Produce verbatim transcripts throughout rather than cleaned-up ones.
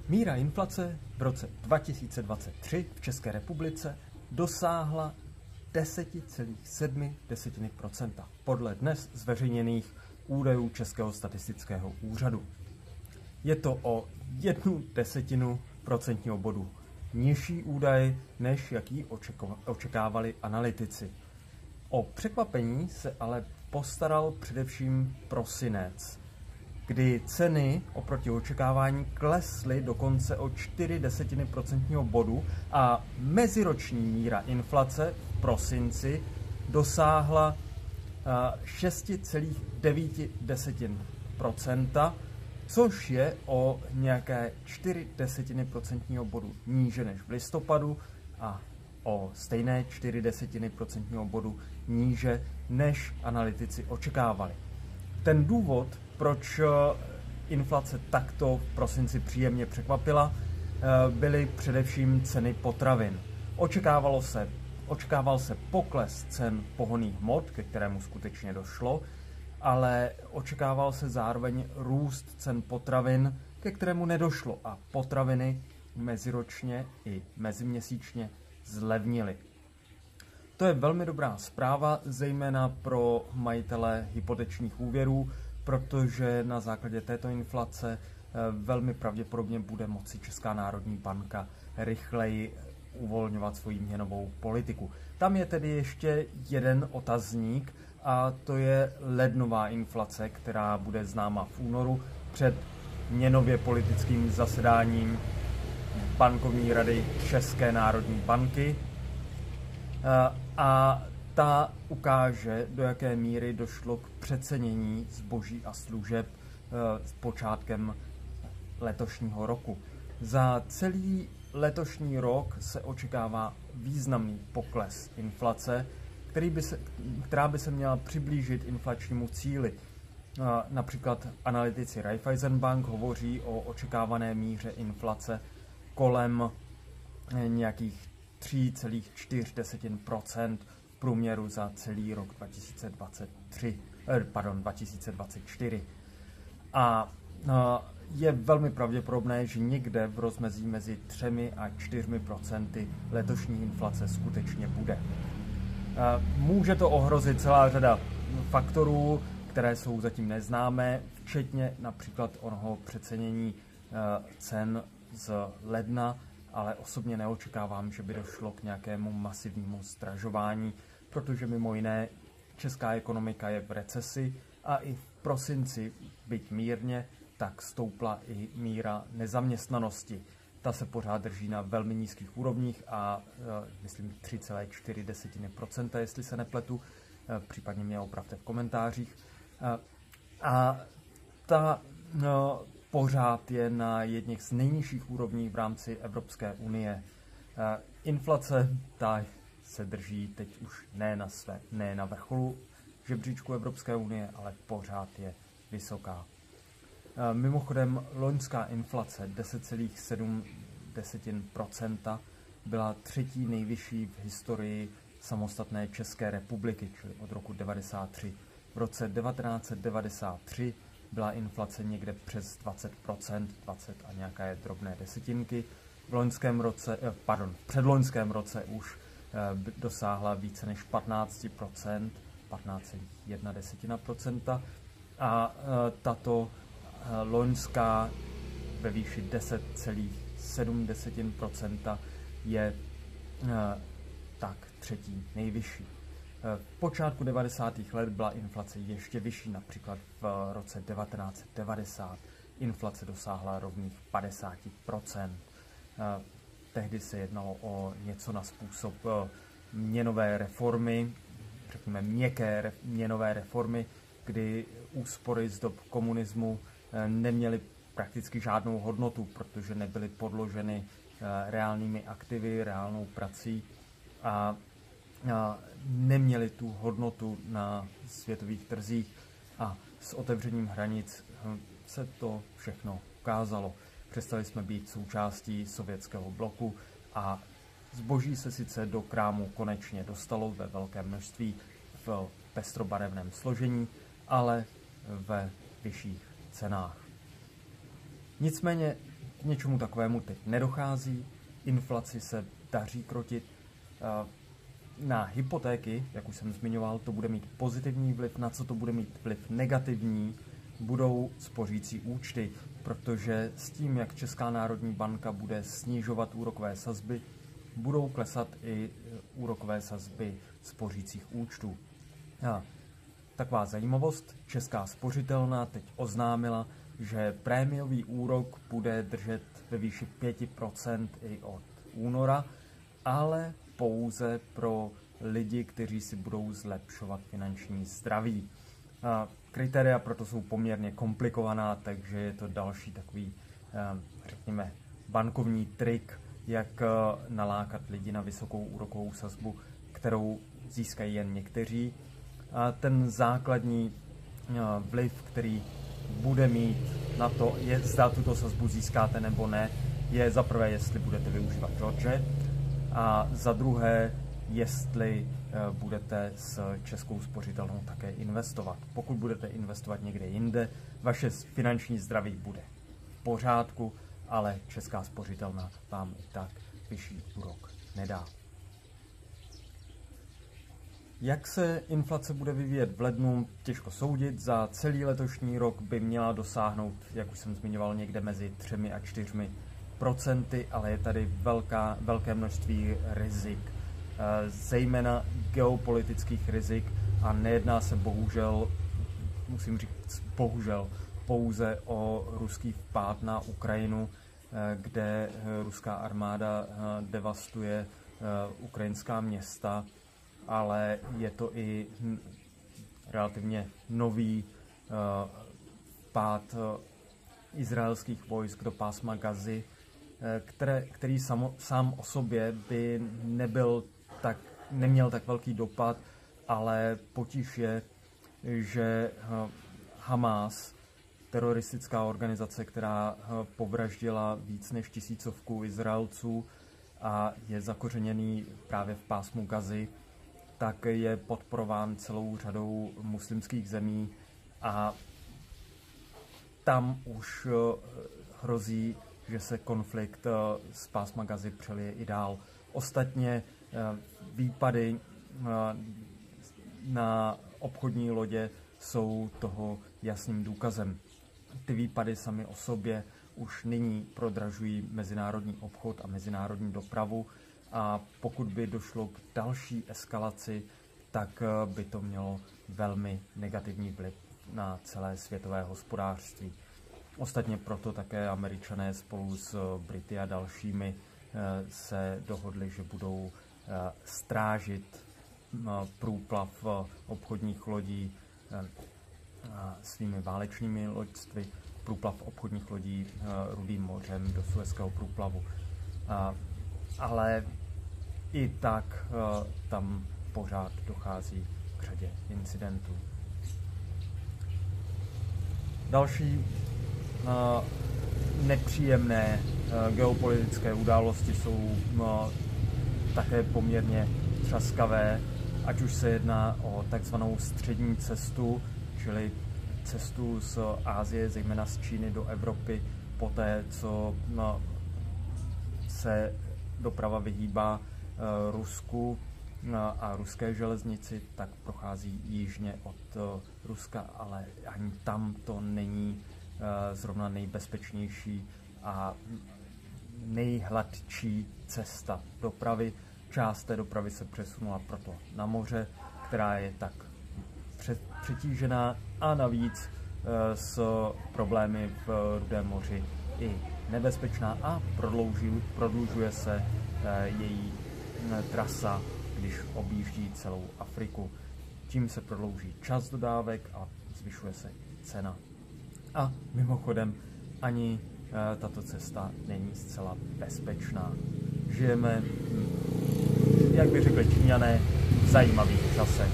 Míra inflace v roce dva tisíce dvacet tři v České republice dosáhla deset celá sedm procenta podle dnes zveřejněných údajů Českého statistického úřadu. Je to o jednu desetinu procentního bodu nižší údaj, než jaký očekávali analytici. O překvapení se ale postaral především prosinec, kdy ceny oproti očekávání klesly dokonce o čtyři desetiny procentního bodu a meziroční míra inflace v prosinci dosáhla šest celá devět procenta, což je o nějaké čtyři desetiny procentního bodu níže než v listopadu a o stejné čtyři desetiny procentního bodu níže, než analytici očekávali. Ten důvod, proč inflace takto v prosinci příjemně překvapila, byly především ceny potravin. Očekávalo se, očekával se pokles cen pohonných hmot, ke kterému skutečně došlo, ale očekával se zároveň růst cen potravin, ke kterému nedošlo a potraviny meziročně i meziměsíčně zlevnily. To je velmi dobrá zpráva, zejména pro majitele hypotečních úvěrů, protože na základě této inflace velmi pravděpodobně bude moci Česká národní banka rychleji uvolňovat svoji měnovou politiku. Tam je tedy ještě jeden otazník a to je lednová inflace, která bude známa v únoru před měnově politickým zasedáním bankovní rady České národní banky. A ta ukáže, do jaké míry došlo k přecenění zboží a služeb s počátkem letošního roku. Za celý letošní rok se očekává významný pokles inflace, který by se, která by se měla přiblížit inflačnímu cíli. Například analytici Raiffeisenbank hovoří o očekávané míře inflace kolem nějakých tři celá čtyři procenta v průměru za celý rok dva tisíce dvacet tři, pardon, dva tisíce dvacet čtyři. A je velmi pravděpodobné, že někde v rozmezí mezi třemi a čtyřmi procenty letošní inflace skutečně bude. Může to ohrozit celá řada faktorů, které jsou zatím neznámé, včetně například onoho přecenění cen z ledna, ale osobně neočekávám, že by došlo k nějakému masivnímu zdražování, protože mimo jiné česká ekonomika je v recesi a i v prosinci, byť mírně, tak stoupla i míra nezaměstnanosti. Ta se pořád drží na velmi nízkých úrovních a e, myslím tři celá čtyři procenta, jestli se nepletu, e, případně mě opravte v komentářích. E, a ta no, pořád je na jedných z nejnižších úrovní v rámci Evropské unie. E, inflace ta se drží teď už ne na, své, ne na vrcholu žebříčku Evropské unie, ale pořád je vysoká. Mimochodem, loňská inflace deset celá sedm procenta byla třetí nejvyšší v historii samostatné České republiky, čili od roku devadesát tři. V roce devatenáct set devadesát tři byla inflace někde přes dvacet procent, dvacet a nějaké drobné desetinky. V loňském roce, pardon, v předloňském roce už dosáhla více než patnáct procent, patnáct celá jedna procenta a tato loňská ve výši deset celá sedm procenta je tak třetí nejvyšší. V počátku devadesátých let byla inflace ještě vyšší, například v roce devatenáct set devadesát inflace dosáhla rovných padesát procent. Tehdy se jednalo o něco na způsob měnové reformy, řekněme měkké měnové reformy, kdy úspory z dob komunismu neměly prakticky žádnou hodnotu, protože nebyly podloženy reálnými aktivy, reálnou prací a neměly tu hodnotu na světových trzích a s otevřením hranic se to všechno ukázalo. Přestali jsme být součástí sovětského bloku a zboží se sice do krámu konečně dostalo ve velkém množství v pestrobarevném složení, ale ve vyšších cenách. Nicméně K něčemu takovému teď nedochází, inflaci se daří krotit. Na hypotéky, jak už jsem zmiňoval, to bude mít pozitivní vliv, na co to bude mít vliv negativní, budou spořící účty, protože s tím, jak Česká národní banka bude snižovat úrokové sazby, budou klesat i úrokové sazby spořících účtů. A taková zajímavost, Česká spořitelna teď oznámila, že prémiový úrok bude držet ve výši pět procent i od února, ale pouze pro lidi, kteří si budou zlepšovat finanční zdraví. A kritéria proto jsou poměrně komplikovaná, takže je to další takový, řekněme, bankovní trik, jak nalákat lidi na vysokou úrokovou sazbu, kterou získají jen někteří. A ten základní vliv, který bude mít na to, je, zda tuto sazbu získáte nebo ne, je za prvé, jestli budete využívat George, a za druhé, jestli budete s Českou spořitelnou také investovat. Pokud budete investovat někde jinde, vaše finanční zdraví bude v pořádku, ale Česká spořitelna vám i tak vyšší úrok nedá. Jak se inflace bude vyvíjet v lednu, těžko soudit. Za celý letošní rok by měla dosáhnout, jak už jsem zmiňoval, někde mezi třemi a čtyřmi procenty, ale je tady velká, velké množství rizik, zejména geopolitických rizik, a nejedná se bohužel, musím říct bohužel, pouze o ruský vpád na Ukrajinu, kde ruská armáda devastuje ukrajinská města, ale je to i relativně nový vpád izraelských vojsk do pásma Gazy, které, který samo, sám o sobě by nebyl tak, neměl tak velký dopad, ale potíž je, že Hamás, teroristická organizace, která povraždila víc než tisícovku Izraelců a je zakořeněný právě v pásmu Gazy, tak je podporován celou řadou muslimských zemí a tam už hrozí, že se konflikt z pásma Gazy přelije i dál. Ostatně výpady na obchodní lodě jsou toho jasným důkazem. Ty výpady sami o sobě už nyní prodražují mezinárodní obchod a mezinárodní dopravu, a pokud by došlo k další eskalaci, tak by to mělo velmi negativní vliv na celé světové hospodářství. Ostatně proto také Američané spolu s Brity a dalšími se dohodli, že budou strážit průplav obchodních lodí svými válečnými loďstvy, průplav obchodních lodí Rudým mořem do Suezského průplavu. Ale i tak tam pořád dochází k řadě incidentů. Další nepříjemné geopolitické události jsou také poměrně třaskavé, ať už se jedná o takzvanou střední cestu, čili cestu z Asie, zejména z Číny do Evropy, poté co se doprava vyhýbá Rusku a ruské železnici, tak prochází jižně od Ruska, ale ani tam to není zrovna nejbezpečnější a nejhladčí cesta dopravy. Část té dopravy se přesunula proto na moře, která je tak přetížená a navíc s problémy v Rudém moři i nebezpečná, a prodlužuje se její trasa, když objíždí celou Afriku. Tím se prodlouží čas dodávek a zvyšuje se cena. A mimochodem ani tato cesta není zcela bezpečná. Žijeme, jak by řekli Číňané, v zajímavých časech.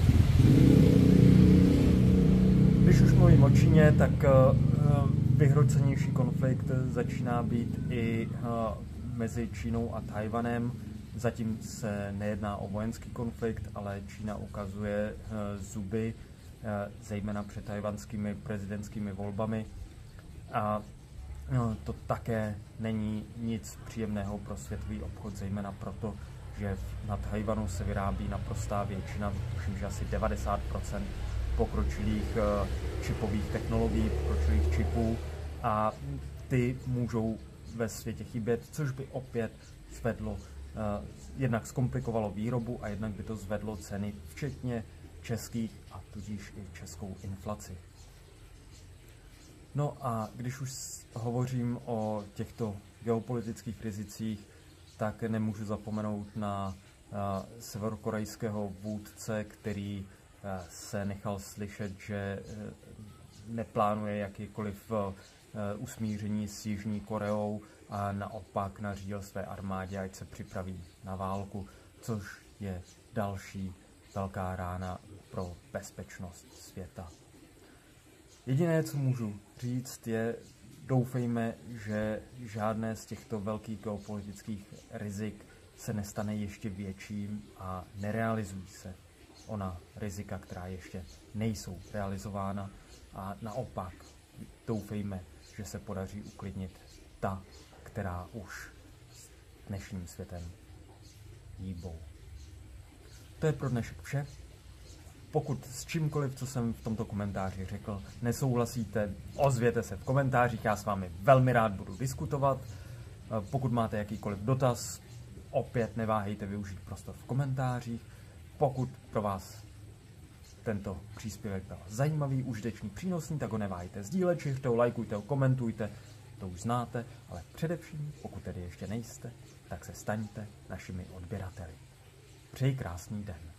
Když už mluvím o Číně, tak vyhrocenější konflikt začíná být i mezi Čínou a Tchaj-wanem. Zatím se nejedná o vojenský konflikt, ale Čína ukazuje zuby, zejména před tchaj-wanskými prezidentskými volbami. A No, to také není nic příjemného pro světový obchod, zejména proto, že na Tchaj-wanu se vyrábí naprostá většina, tuším, že asi devadesát procent pokročilých čipových technologií, pokročilých čipů a ty můžou ve světě chybět, což by opět zvedlo, jednak zkomplikovalo výrobu a jednak by to zvedlo ceny, včetně českých a tudíž i českou inflaci. No a když už hovořím o těchto geopolitických rizicích, tak nemůžu zapomenout na uh, severokorejského vůdce, který uh, se nechal slyšet, že uh, neplánuje jakýkoliv uh, usmíření s Jižní Koreou a naopak nařídil své armádě, ať se připraví na válku, což je další velká rána pro bezpečnost světa. Jediné, co můžu říct, je, doufejme, že žádné z těchto velkých geopolitických rizik se nestane ještě větším a nerealizují se ona rizika, která ještě nejsou realizována, a naopak doufejme, že se podaří uklidnit ta, která už s dnešním světem hýbou. To je pro dnešek vše. Pokud s čímkoliv, co jsem v tomto komentáři řekl, nesouhlasíte, ozvěte se v komentářích, já s vámi velmi rád budu diskutovat. Pokud máte jakýkoliv dotaz, opět neváhejte využít prostor v komentářích. Pokud pro vás tento příspěvek byl zajímavý, užitečný, přínosný, tak ho neváhejte sdílet, šiřte ho, lajkujte ho, komentujte, to už znáte, ale především, pokud tedy ještě nejste, tak se staňte našimi odběrateli. Přeji krásný den.